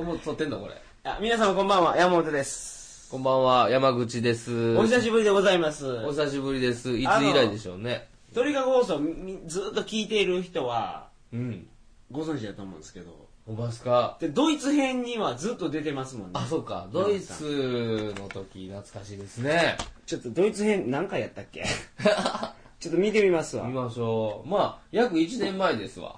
もう撮ってんのこれ。 皆様こんばんは、山本です。 こんばんは、山口です。 お久しぶりでございます。 お久しぶりです。いつ以来でしょうね。 鳥かご放送ずっと聞いている人は、ご存知だと思うんですけど。 おばすか。 で、ドイツ編にはずっと出てますもんね。 あ、そうか。ドイツの時、懐かしいですね。 ちょっとドイツ編何回やったっけちょっと見てみますわ。 見ましょう。まあ、約1年前ですわ。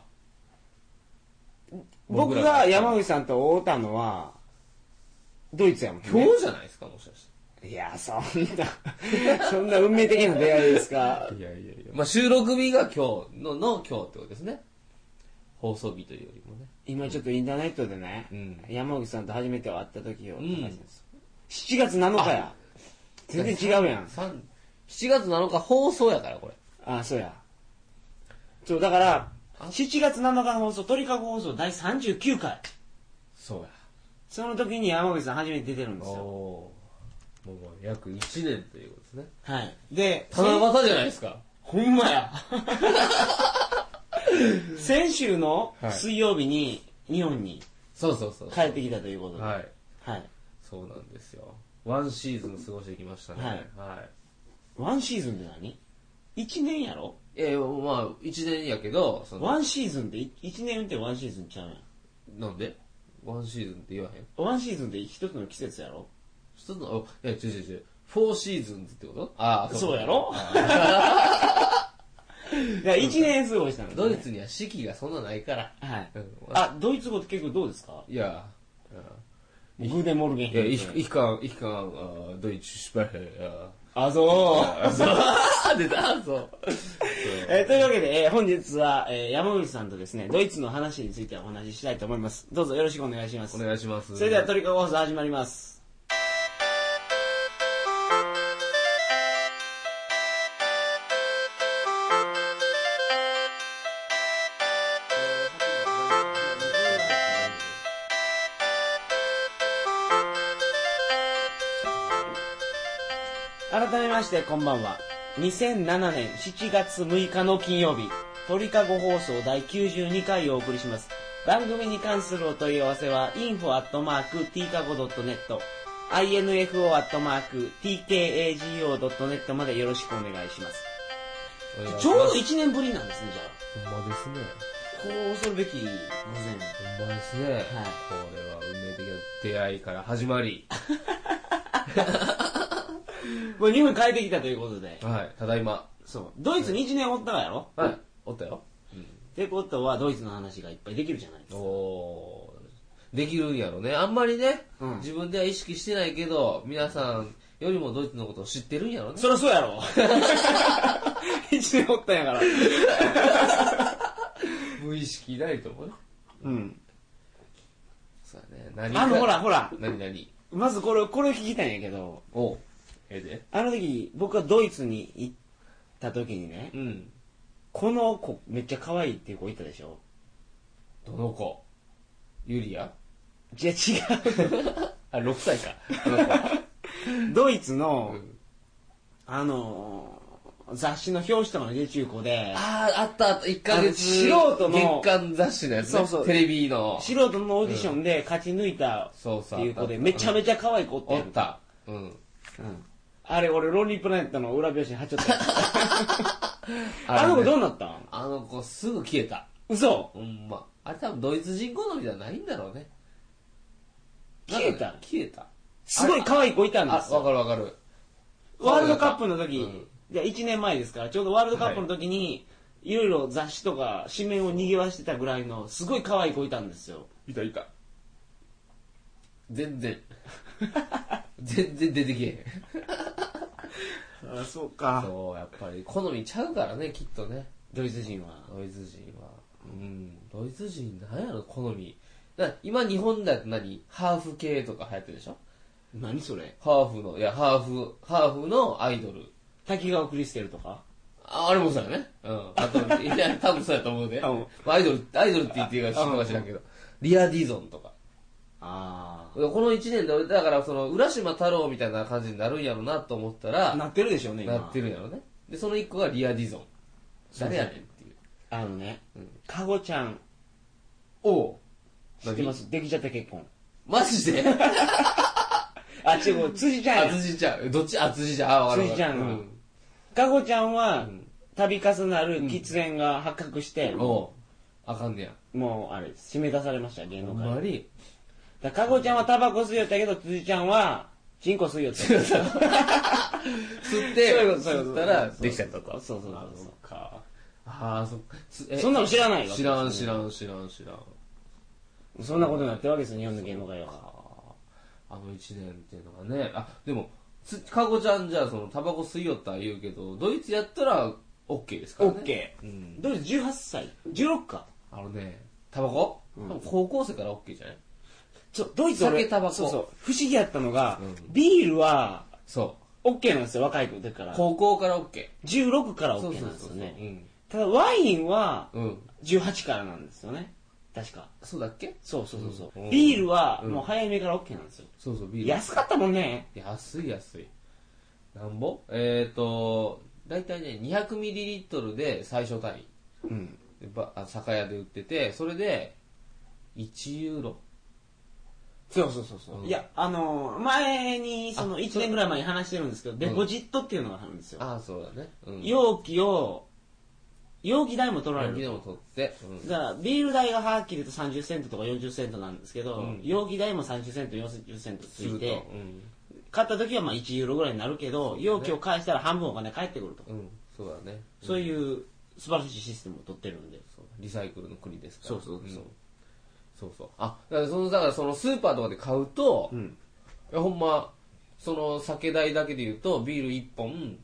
僕が山口さんと会うたのは、ドイツやもんね。 今日じゃないですか、もしかして。 いや、そんな運命的な出会いですか。 いや。まあ、収録日が今日の今日ってことですね。放送日というよりもね。 今ちょっとインターネットでね、山口さんと初めて会った時を、7月7日や。全然違うやん。 7月7日放送やから、これ。 あ、そうや。そう、だから、7月7日の放送、鳥かご放送第39回。 そうや。 その時に山口さん初めて出てるんですよ。 もう約1年ということですね。 はい。で、 七夕じゃないですか。 ほんまや。先週の水曜日に日本にそう帰ってきたということで。 はい。 はい。 そうなんですよ。ワンシーズン過ごしてきましたね。 はい。ワンシーズンって何 ?1 年やろ？ まあ、1年やけど、 ワンシーズンって1年ってワンシーズンちゃうやん。 なんでワンシーズンって言わへん？ ワンシーズンって一つの季節やろ？ 一つの、違う。4シーズンズってこと？ああ、 そうやろ？1年過ごしたの。 ドイツには四季がそんなないから。 はい。あ、ドイツ語って結構どうですか？ いや、 グーデンモルゲン。 いや、ich kann, Deutsch sprechen. あ、そう。 出た、そう。 というわけで、本日は、山口さんとですね、ドイツの話についてお話ししたいと思います。どうぞよろしくお願いします。 お願いします。 それでは鳥かご放送始まります。改めましてこんばんは。2007年7月6日の金曜日、鳥かご放送第92回をお送りします。番組に関するお問い合わせは info@tkago.net info@tkago.net までよろしくお願いします。ちょうど1年ぶりなんですね、じゃあ。ほんまですね。 こう恐るべき偶然。 ほんまですね。はい。これは運命的な出会いから始まり。 もう日本に帰ってきたということで。 はい、ただいま。 そう。ドイツに1年おったやろ？ はい、おったよ。 ってことは、ドイツの話がいっぱいできるじゃないですか。 できるんやろね。あんまりね、自分では意識してないけど、皆さんよりもドイツのことを知ってるんやろね。 そりゃそうやろ。1年おったんやから。 無意識ないと思うよ。そうだね。 ほら。 何まずこれ聞きたいんやけど。あの時、僕がドイツに行った時にね、この子めっちゃ可愛いっていう子いたでしょ？ どの子？ユリア？ 違う。 あ、6歳か。 ドイツの、雑誌の表紙とかの出中子で、 あった。1ヶ月素人の月間雑誌のやつね。テレビの。 素人のオーディションで勝ち抜いたっていう子で、めちゃめちゃ可愛い子っておった。 あれ、俺、ロンリープラネットの裏表紙に貼っちゃった。あの子どうなったん？ あの子すぐ消えた。 嘘？ ほんま。あれ多分ドイツ人好みじゃないんだろうね。 消えた？すごい可愛い子いたんですよ。 わかる。 ワールドカップの時、じゃあ1年前ですから、ちょうどワールドカップの時に、いろいろ雑誌とか紙面を賑わしてたぐらいの、すごい可愛い子いたんですよ。 いた。全然出てけへん。 あ、そうか。 そう、やっぱり好みちゃうからね、きっとね。 ドイツ人は。 ドイツ人なんやろ、好み。今日本だとハーフ系とか流行ってるでしょ？ 何それ？ ハーフのアイドル。 滝川クリステルとか？ あれもそうやね。あと、いや、多分そうやと思うで。アイドルって言っていいか知るか知らんけど。リア・ディゾンとか。この1年で、だから浦島太郎みたいな感じになるんやろなと思ったら、 なってるでしょうね、今。 なってるんやろね。で、その1個がリア・ディゾン。誰やねんっていう。 かごちゃん。 おう。 知ってます？できちゃった結婚。 マジであ、違う、辻ちゃんや。 辻ちゃん。どっち辻ちゃん。あ、わかる。 辻ちゃんの。かごちゃんは、度重なる喫煙が発覚して、 あかんねや。 もう、あれ、締め出されました、芸能界。 ほんまにかごちゃんはタバコ吸いよったけど、辻ちゃんは、チンコ吸いよった。吸って、吸ったら、できちゃったと。 そう。 ああ、そっか。 そんなの知らないわ。 知らん。そんなことになってるわけですよ、日本の芸能界は。 あの1年っていうのがね。あ、でも、かごちゃんじゃあ、タバコ吸いよったら言うけど、ドイツやったら、OK ですからね。 OK。ドイツ18歳。16か。 タバコ高校生から OK じゃないドイツは酒タバコ。 そう。不思議やったのが、ビールは、OK なんですよ、若い時から。 高校から OK。 16から OK なんですよね。ただ、ワインは、18からなんですよね。確か。 そうだっけそう。ビールは、もう早めから OK なんですよ。 そう、ビール。 安かったもんね。 安い。なんぼだいたいね、200ml で最初単位。酒屋で売ってて、それで、1ユーロ。 そう。いや、前に、1年ぐらい前に話してるんですけど、デポジットっていうのがあるんですよ。 ああ、そうだね。 容器代も取られる。 容器代も取って。 だから、ビール代がはっきり言うと30セントとか40セントなんですけど、容器代も30セント、40セントついて、買った時はまあ1ユーロぐらいになるけど、容器を返したら半分お金返ってくると。 そうだね。 そういう素晴らしいシステムを取ってるんで。 リサイクルの国ですから。 そう。 あ、だからそのスーパーとかで買うと、ほんま、その酒代だけで言うと、ビール1本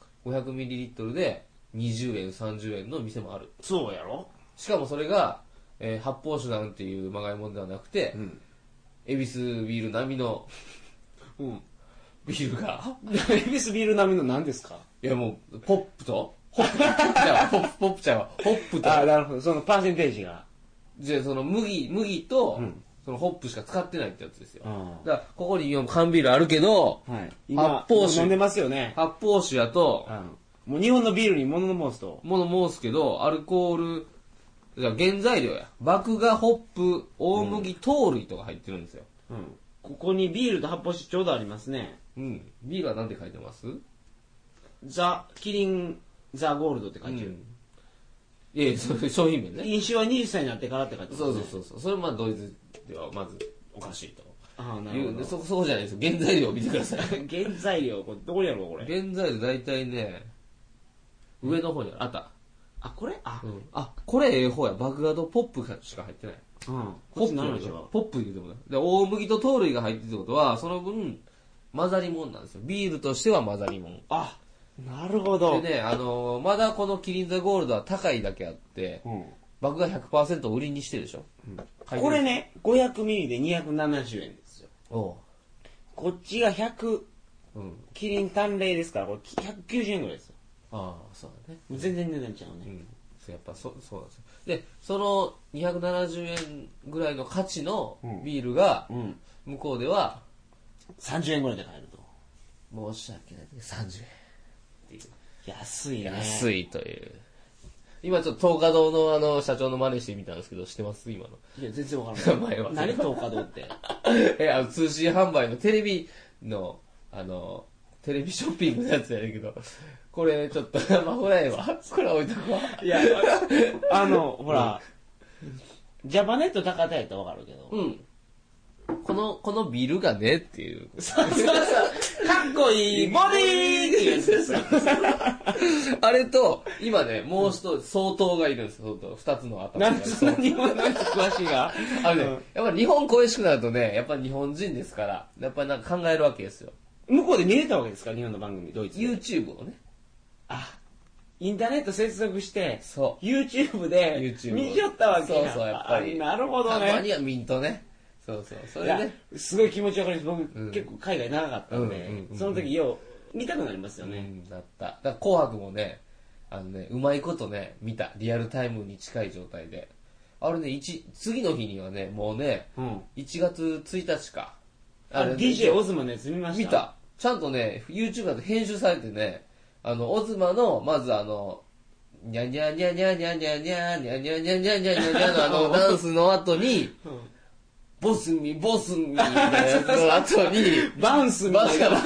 500ml で20円、30円の店もある。 そうやろ。 しかもそれが、発泡酒なんていうまがいものではなくて、恵比寿ビール並みの、ビールが。 恵比寿ビール並みの何ですか？ いやもう、ポップとポップちゃうわ。ホップと。 あ、なるほど。そのパーセンテージが。 じゃあその麦と、そのホップしか使ってないってやつですよ。だから、ここに缶ビールあるけど、 今、発泡酒。飲んでますよね。 発泡酒やと、 もう日本のビールに物申すと。 物申すけど、アルコール、じゃあ原材料や。麦芽、ホップ、大麦、糖類とか入ってるんですよ。 ここにビールと発泡酒ちょうどありますね。 ビールは何て書いてます？ キリン、ザ・ゴールドって書いてる。 いや、そういう商品名ね。 飲酒は20歳になってからって書いてますね。 そう。それはまあドイツではまずおかしいと。 ああ、なるほど。 そこじゃないですよ。原材料を見てください。 原材料、これどこにあるのこれ。 原材料大体ね、上の方にあった。 あ、これこれええ方や。麦芽とポップしか入ってない。 ポップ言うてもない。で、大麦と糖類が入ってるってことは、その分、混ざりもんなんですよ。ビールとしては混ざりもん。 あ、なるほど。 でね、まだこのキリンザゴールドは高いだけあって、麦芽 100% 売りにしてるでしょ。 これね、500ミリで270円ですよ。こっちが100、キリン淡麗ですから、これ190円ぐらいですよ。 ああ、そうだね。 全然値段ちゃうね。 やっぱそうなんですよ。で、その270円ぐらいの価値のビールが、向こうでは、 30円ぐらいで買えると。申し訳ないけど、30円っていう。 安いね。 安いという。今ちょっと東華堂の社長の真似してみたんですけど、知ってます今の。 いや、全然わからない。 前は。 何東華堂って。 通信販売のテレビの、テレビショッピングのやつやねんけど、これちょっと、まあ、ほらええわ。これ置いとくわ。 いや、ほら、ジャパネット高田やったらわかるけど。 このビルがねっていう。 そう。かっこいいボディーっていうやつですよ。 あれと、今ね、もう一つ、相当がいるんですよ、二つの頭が。 なんでそんな日本のやつ詳しいがやっぱり日本恋しくなるとね、やっぱり日本人ですから、やっぱりなんか考えるわけですよ。 向こうで見れたわけですか日本の番組、ドイツで。 YouTube をね。 インターネット接続して、 YouTube で見ちゃったわけや。 そう、やっぱり。 なるほどね。 たまにはミントね。そう。それね。 すごい気持ちわかります。僕、結構海外長かったんで、その時よう見たくなりますよね。 だった。だから紅白もね、うまいことね、見た。リアルタイムに近い状態で。あれね、次の日にはね、もうね、1月1日か。 DJ オズマのやつ見ました？ 見た。ちゃんとね、YouTube だと編集されてね、オズマの、まずにゃにゃにゃにゃにゃにゃにゃにゃにゃにゃにゃにゃにゃにゃのダンスの後に、 ボスミみたいなやつの後に、 バウンスみたいな。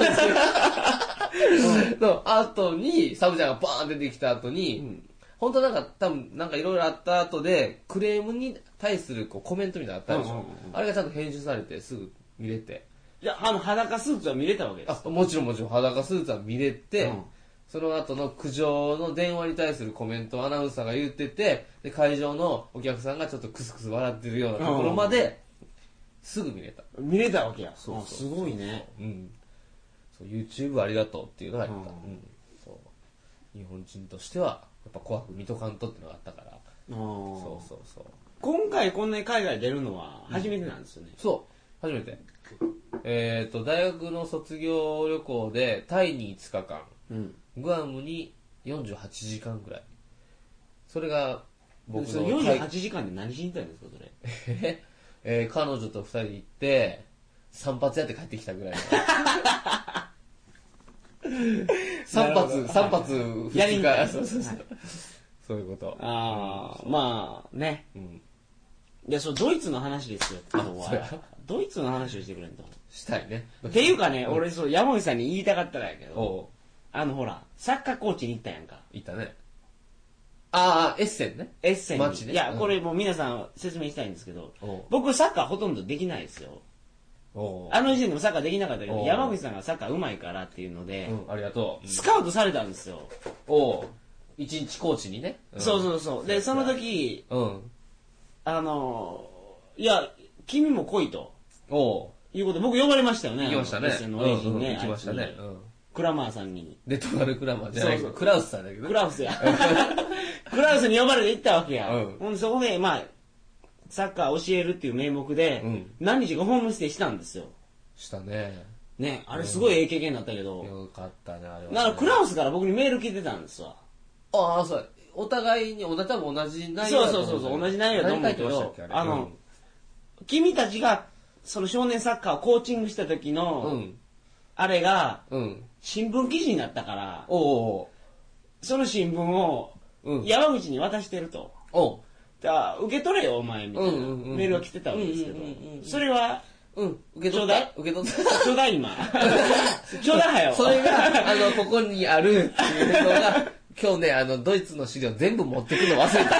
の後に、サブちゃんがバーン出てきた後に、本当なんか多分なんかいろいろあった後で、クレームに対するこうコメントみたいなのあったでしょ。あれがちゃんと編集されてすぐ見れて。 いや、裸スーツは見れたわけです。 もちろん裸スーツは見れて、その後の苦情の電話に対するコメントをアナウンサーが言ってて、で、会場のお客さんがちょっとクスクス笑ってるようなところまで、すぐ見れた。 見れたわけや。 そうすごいね。 うん。そう、YouTube ありがとうっていうのがあった。そう。日本人としては、やっぱ怖く見とかんとっていうのがあったから。そう。 今回こんなに海外出るのは初めてなんですよね。 そう。初めて。大学の卒業旅行でタイに5日間。グアムに48時間ぐらい。それが僕の 48時間で何しに行ったんですかそれ。彼女と2人行って散髪やって帰ってきたぐらいの散髪2日やりんかいそういうこと。 まあね、いやドイツの話ですよ今日は。ドイツの話をしてくれんとしたいね。 っていうかね、俺山口さんに言いたかったんやけど、ほらサッカーコーチに行ったやんか。 行ったね。エッセンね。 エッセンに。 ね、 いや、これもう皆さん説明したいんですけど、僕サッカーほとんどできないですよ。あの時点でもサッカーできなかったけど、山口さんがサッカー上手いからっていうので、 ありがとう。 スカウトされたんですよ。 一日コーチにね。 そう。で、その時、いや、君も来いと。いうことで、僕呼ばれましたよね。 行きましたね。 エッセンのエイジンね。 行きましたね。 クラマーさんに。 レトナルクラマーじゃないクラウスさんだけど。 クラウスや。クラウスに呼ばれて行ったわけや。ほんで、そこで、まあ、サッカー教えるっていう名目で、何日かホームステイしたんですよ。 したね。 ね、あれすごいええ経験になったけど。 よかったね、あれは。 だからクラウスから僕にメール来てたんですわ。 そう。お互いに、多分同じ内容だと思う。 そう、同じ内容だと思うけど、君たちが、その少年サッカーをコーチングした時の、あれが、新聞記事になったから、その新聞を山口に渡してると。受け取れよ、お前、みたいなメールが来てたわけですけど、それは、 受け取った。 受け取った。ちょうだい、今。ちょうだいはよ。 それが、ここにあるっていうのが、今日ね、ドイツの資料全部持ってくの忘れた。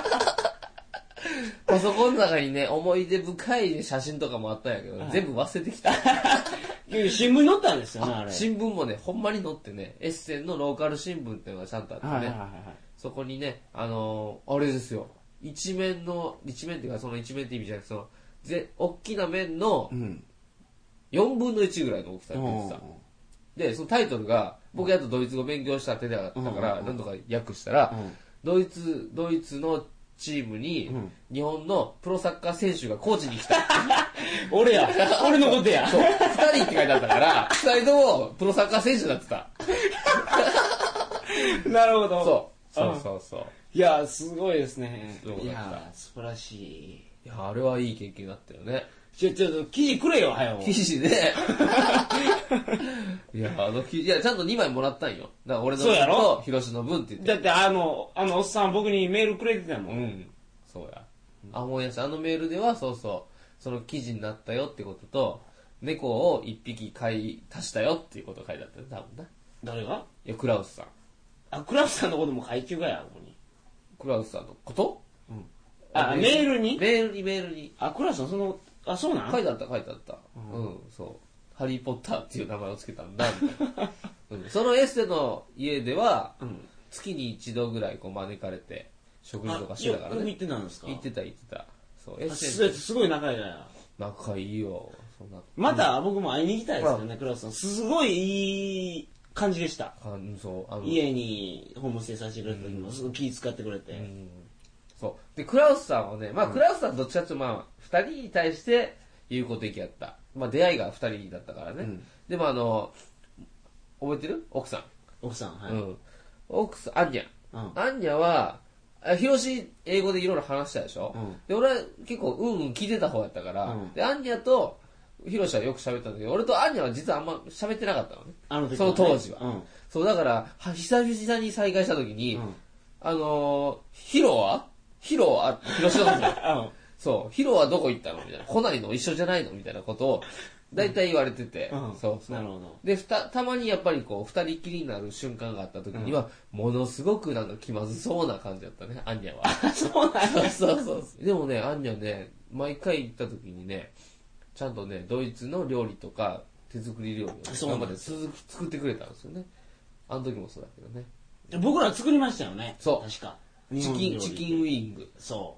パソコンの中にね、思い出深い写真とかもあったんやけど、全部忘れてきた。 新聞に載ったんですよね、あれ。 新聞もね、ほんまに載ってね、エッセンのローカル新聞っていうのがちゃんとあってね、そこにね、あれですよ、一面っていうか、その一面って意味じゃなくて、大きな面の4分の1ぐらいの大きさって言ってた。で、そのタイトルが、僕やっとドイツ語勉強した手であったから、何とか訳したら、ドイツのチームに、日本のプロサッカー選手がコーチに来た。 俺のことや。 そう、2人って書いてあったから、2人ともプロサッカー選手になってた。 なるほど。 そう。 いや、すごいですね。 いや、 素晴らしい。 いや、あれはいい経験だったよね。 ちょっと、記事くれよ、早く。 記事ね。いや、記事、いや、ちゃんと2枚もらったんよ。だから俺の分と、広志の分って言って。 だっておっさん僕にメールくれてたもん。 そうや。思い出した。メールでは、その記事になったよってことと、猫を1匹足したよっていうこと書いてあったよ、多分な。 誰が？ いや、クラウスさん。 クラウスさんのことも書いてるかや、ここに。 クラウスさんのこと？ メールに。 メールに。 クラウスさん、そうなん？ 書いてあった。そう。ハリーポッターっていう名前をつけたんだ、みたいな。そのエッセの家では、月に一度ぐらい招かれて、食事とかしてたからね。 行ってたんですか？ 行ってた。そう、エッセすごい仲いいや。 仲いいよ。 また僕も会いに行きたいですよね、クラウスさん。すごいいい感じでした。家にホームステイさせてくれた時もすごい気使ってくれて。 そう。で、クラウスさんはね、クラウスさんどっちかっていうと二人に対して友好的やった。出会いが二人だったからね。でも覚えてる？奥さん、はい。奥さん、アンニャ。アンニャは、ヒロシ英語でいろいろ話したでしょ、で、俺は結構聞いてた方やったから、で、アンニャとヒロシはよく喋ったんだけど、俺とアンニャは実はあんま喋ってなかったのね。その当時は。そう、だから、久々に再会した時に、ヒロシのことそう、ヒロはどこ行ったのみたいな。来ないの一緒じゃないのみたいなことを、大体言われてて。そうそう。 なるほど。 で、たまにやっぱりこう、二人きりになる瞬間があった時には、ものすごくなんか気まずそうな感じだったね、アンニャは。 そうなんや。 そう。でもね、アンニャね、毎回行った時にね、ちゃんとね、ドイツの料理とか、手作り料理を今まで作ってくれたんですよね。あの時もそうだけどね。 僕ら作りましたよね。 そう。 確か。 チキンウィング。 そう。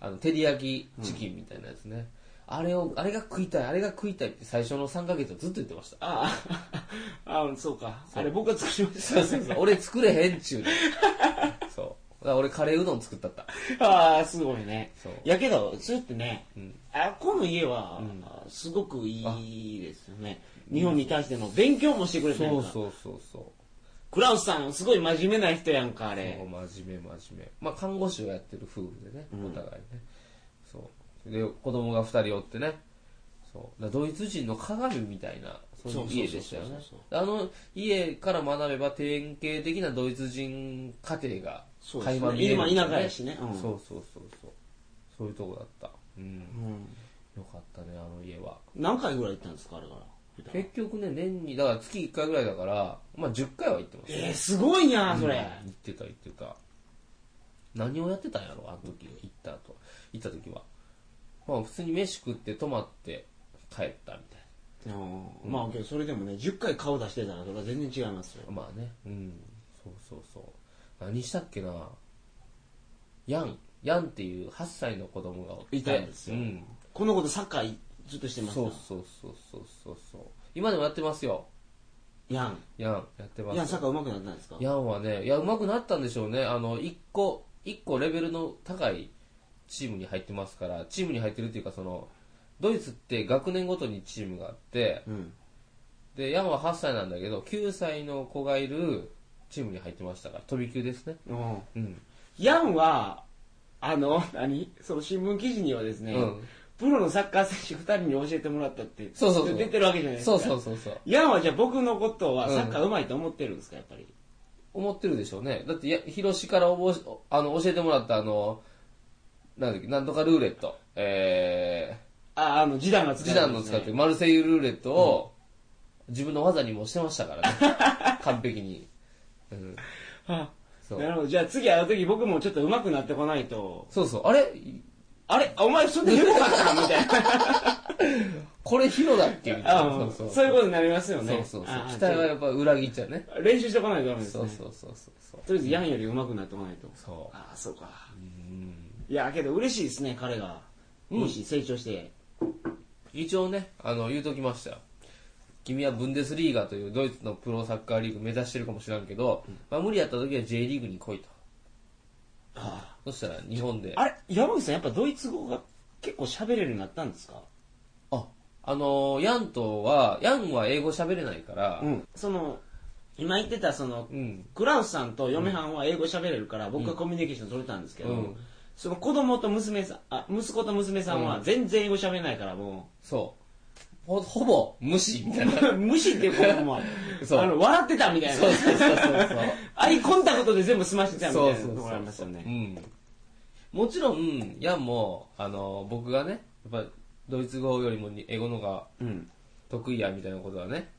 照り焼きチキンみたいなやつね。あれが食いたいって最初の3ヶ月はずっと言ってました。 そうか。あれ僕が作りました。 そう。俺作れへんっちゅうね。そう。俺カレーうどん作ったった。 すごいね。やけど、そうやってね、この家は、すごくいいですよね。日本に対しての勉強もしてくれてるから。 そう。 クラウスさん、すごい真面目な人やんか、あれ。 そう、真面目。まあ、看護師をやってる夫婦でね、お互いね。そう。で、子供が2人おってね。そう。ドイツ人の鏡みたいな、そういう家でしたよね。あの家から学べば典型的なドイツ人家庭が垣間見える、 今田舎やしね。 そう。そういうとこだった。よかったね、あの家は。 何回ぐらい行ったんですか、あれから。 結局ね、年に、だから月1回ぐらいだから、まあ10回は行ってますね。 すごいな、それ。 行ってた。何をやってたんやろ、あの時、行った時は。まあ普通に飯食って泊まって帰ったみたいな。 まあそれでもね、10回顔出してたらそれは全然違いますよ。 まあね、そう。何したっけな。ヤンっていう8歳の子供がいたんですよ。この子とサッカーずっとしてました。 そう。今でもやってますよ。 ヤンやってます。 ヤンサッカー上手くなったんですか？ ヤンはね、上手くなったんでしょうね。一個レベルの高いチームに入ってますから、チームに入ってるっていうか、ドイツって学年ごとにチームがあって、で、ヤンは8歳なんだけど、9歳の子がいるチームに入ってましたから、飛び級ですね。 ヤンは、その新聞記事にはですね、プロのサッカー選手2人に教えてもらったって出てるわけじゃないですか。 そう。 ヤンはじゃあ僕のことはサッカー上手いと思ってるんですか、やっぱり。 思ってるでしょうね。だって、ヒロシから教えてもらったなんとかルーレット。 ジダンが使ってるマルセイユルーレットを自分の技にもしてましたからね。完璧に。 なるほど。じゃあ次会う時僕もちょっと上手くなってこないと。 そう。あれお前そんなに上手かったなみたいな。 これヒロだっけみたいな。 そういうことになりますよね。 そう。期待はやっぱ裏切っちゃうね。 練習してこないとダメですね。 そう。 とりあえずヤンより上手くなってこないと。 そう。 そうか。いや、けど嬉しいですね、彼が。もし成長して。 一応ね、言うときましたよ。君はブンデスリーガというドイツのプロサッカーリーグ目指してるかもしれんけど、まあ無理やった時は J リーグに来いと。そしたら日本で。 あれ、山口さんやっぱドイツ語が結構喋れるようになったんですか？ ヤンは英語喋れないから、 今言ってたクラウスさんと嫁はんは英語喋れるから、僕はコミュニケーション取れたんですけど、その子供と息子と娘さんは全然英語喋れないからもう。 そう。ほぼ無視みたいな。 無視っていうかもう、笑ってたみたいな。そう。アイコンタクトで全部済ましてたみたいなところありますよね。 もちろん、ヤンも、僕がね、やっぱドイツ語よりも英語の方が得意やみたいなことはね、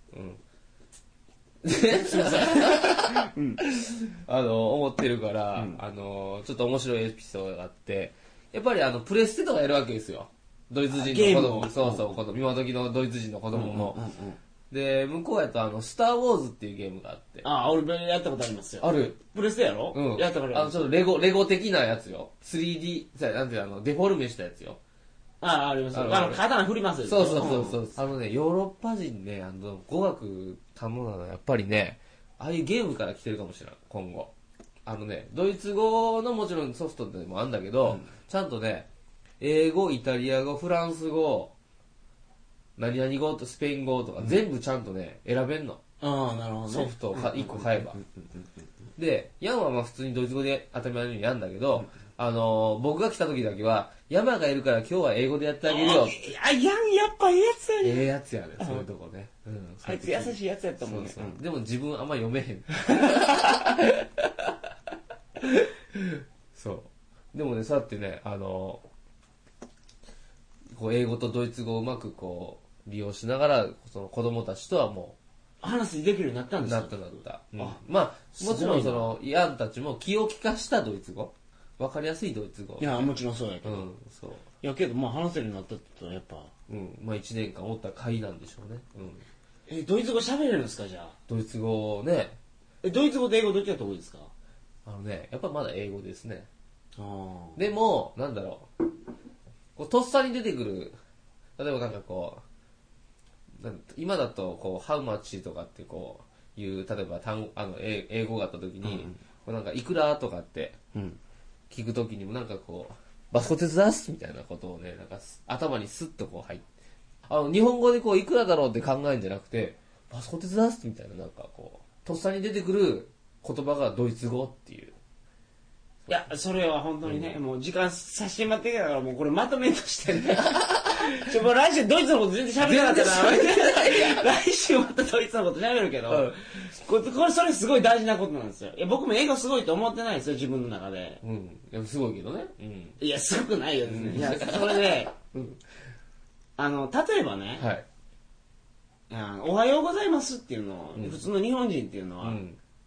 すいません。思ってるから、ちょっと面白いエピソードがあって、やっぱりプレステとかやるわけですよ。ドイツ人の子供。そう、今時のドイツ人の子供も。で、向こうやとスターウォーズっていうゲームがあって。 俺やったことありますよ。 ある。 プレステやろ？やったことある。 ちょっとレゴ的なやつよ。3D、なんていうデフォルメしたやつよ。 ありますよ。刀振りますよ。 そう。ヨーロッパ人ね、語学頼むのはやっぱりね、ああいうゲームから来てるかもしれない、今後。ドイツ語のもちろんソフトでもあるんだけど、ちゃんとね、英語、イタリア語、フランス語、何々語とスペイン語とか全部ちゃんとね、選べんの。 なるほどね。 ソフトを1個買えば。で、ヤンはまあ普通にドイツ語で当たり前のようにやるんだけど、僕が来た時だけは、山がいるから今日は英語でやってあげるよ。 ヤンやっぱええやつやね。 ええやつやね、そういうとこね。 あいつ優しいやつやったもんね。 でも自分あんま読めへん。そう。でもね、そうやってね、 こう英語とドイツ語をうまくこう利用しながらその子供たちとはもう話できるようになったんですか？ なった、まあもちろんそのヤンたちも気を利かしたドイツ語、わかりやすいドイツ語、 いやもちろんそうやけど、 そういやけどまあ話せるようになったってやっぱまあ1年間おった甲斐なんでしょうね。 ドイツ語喋れるんですか？じゃあドイツ語ね、 ドイツ語と英語どっちが得意ですか？ やっぱまだ英語ですね。でもなんだろう、こうとっさに出てくる、例えばなんかこう今だとこう How much とかってこういう例えば英語があった時に、こうなんかいくらとかって聞く時にもなんかこうバスコテツダスみたいなことをね、なんか頭にスッとこう入って、日本語でこういくらだろうって考えるんじゃなくてバスコテツダスみたいな、なんかこうとっさに出てくる言葉がドイツ語っていう。 いや、それは本当にね、もう時間させてもらってきたからもうこれまとめとしてねもう来週ドイツのこと全然喋れなかったな来週またドイツのこと喋るけど、これそれすごい大事なことなんですよ。いや僕も英語すごいと思ってないですよ、自分の中で。 いやすごいけどね。 いやすごくないよですね。いやそれで、例えばね、おはようございますっていうのを、普通の日本人っていうのは、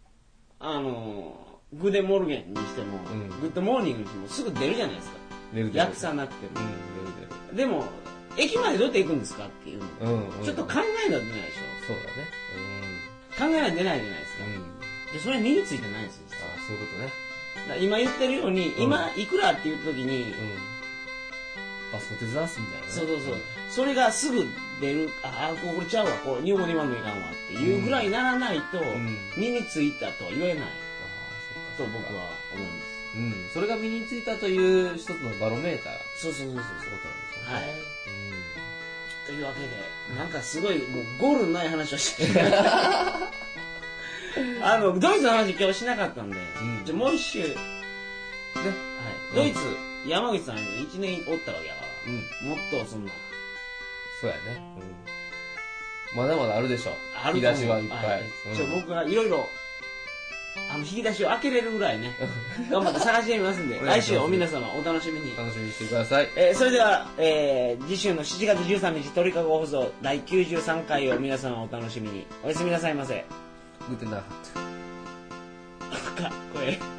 グデモルゲンにしても、グッドモーニングにしてもすぐ出るじゃないですか。訳さなくても。でも駅までどうやって行くんですかっていうの、ちょっと考えないと出ないでしょ。 そうだね。 考えないと出ないじゃないですか。でそれ身についてないんですよ。 そういうことね。 だ今言ってるように、今いくらって言った時に、 バスコテザースみたいなね。 そうそれがすぐ出る、これちゃうわ、これ日本語で言わんといかんわっていうぐらいにならないと、身についたとは言えないと僕は思うんです。 それが身についたという一つのバロメーター。 そうことなんですよね。 はい。 というわけで、なんかすごいもうゴールのない話をしてドイツの話今日しなかったんで、じゃあもう一周、ドイツ、山口さん1年おったわけやから、もっとそんな。 そうやね。まだまだあるでしょ。引き出しはいっぱい。 僕がいろいろ引き出しを開けれるぐらいね、頑張って探してみますんで、来週お皆様お楽しみに。 楽しみにしてください。 それでは、次週の7月13日鳥かご放送第93回を皆様お楽しみに。おやすみなさいませ。 グッドナイト。 かっこいい。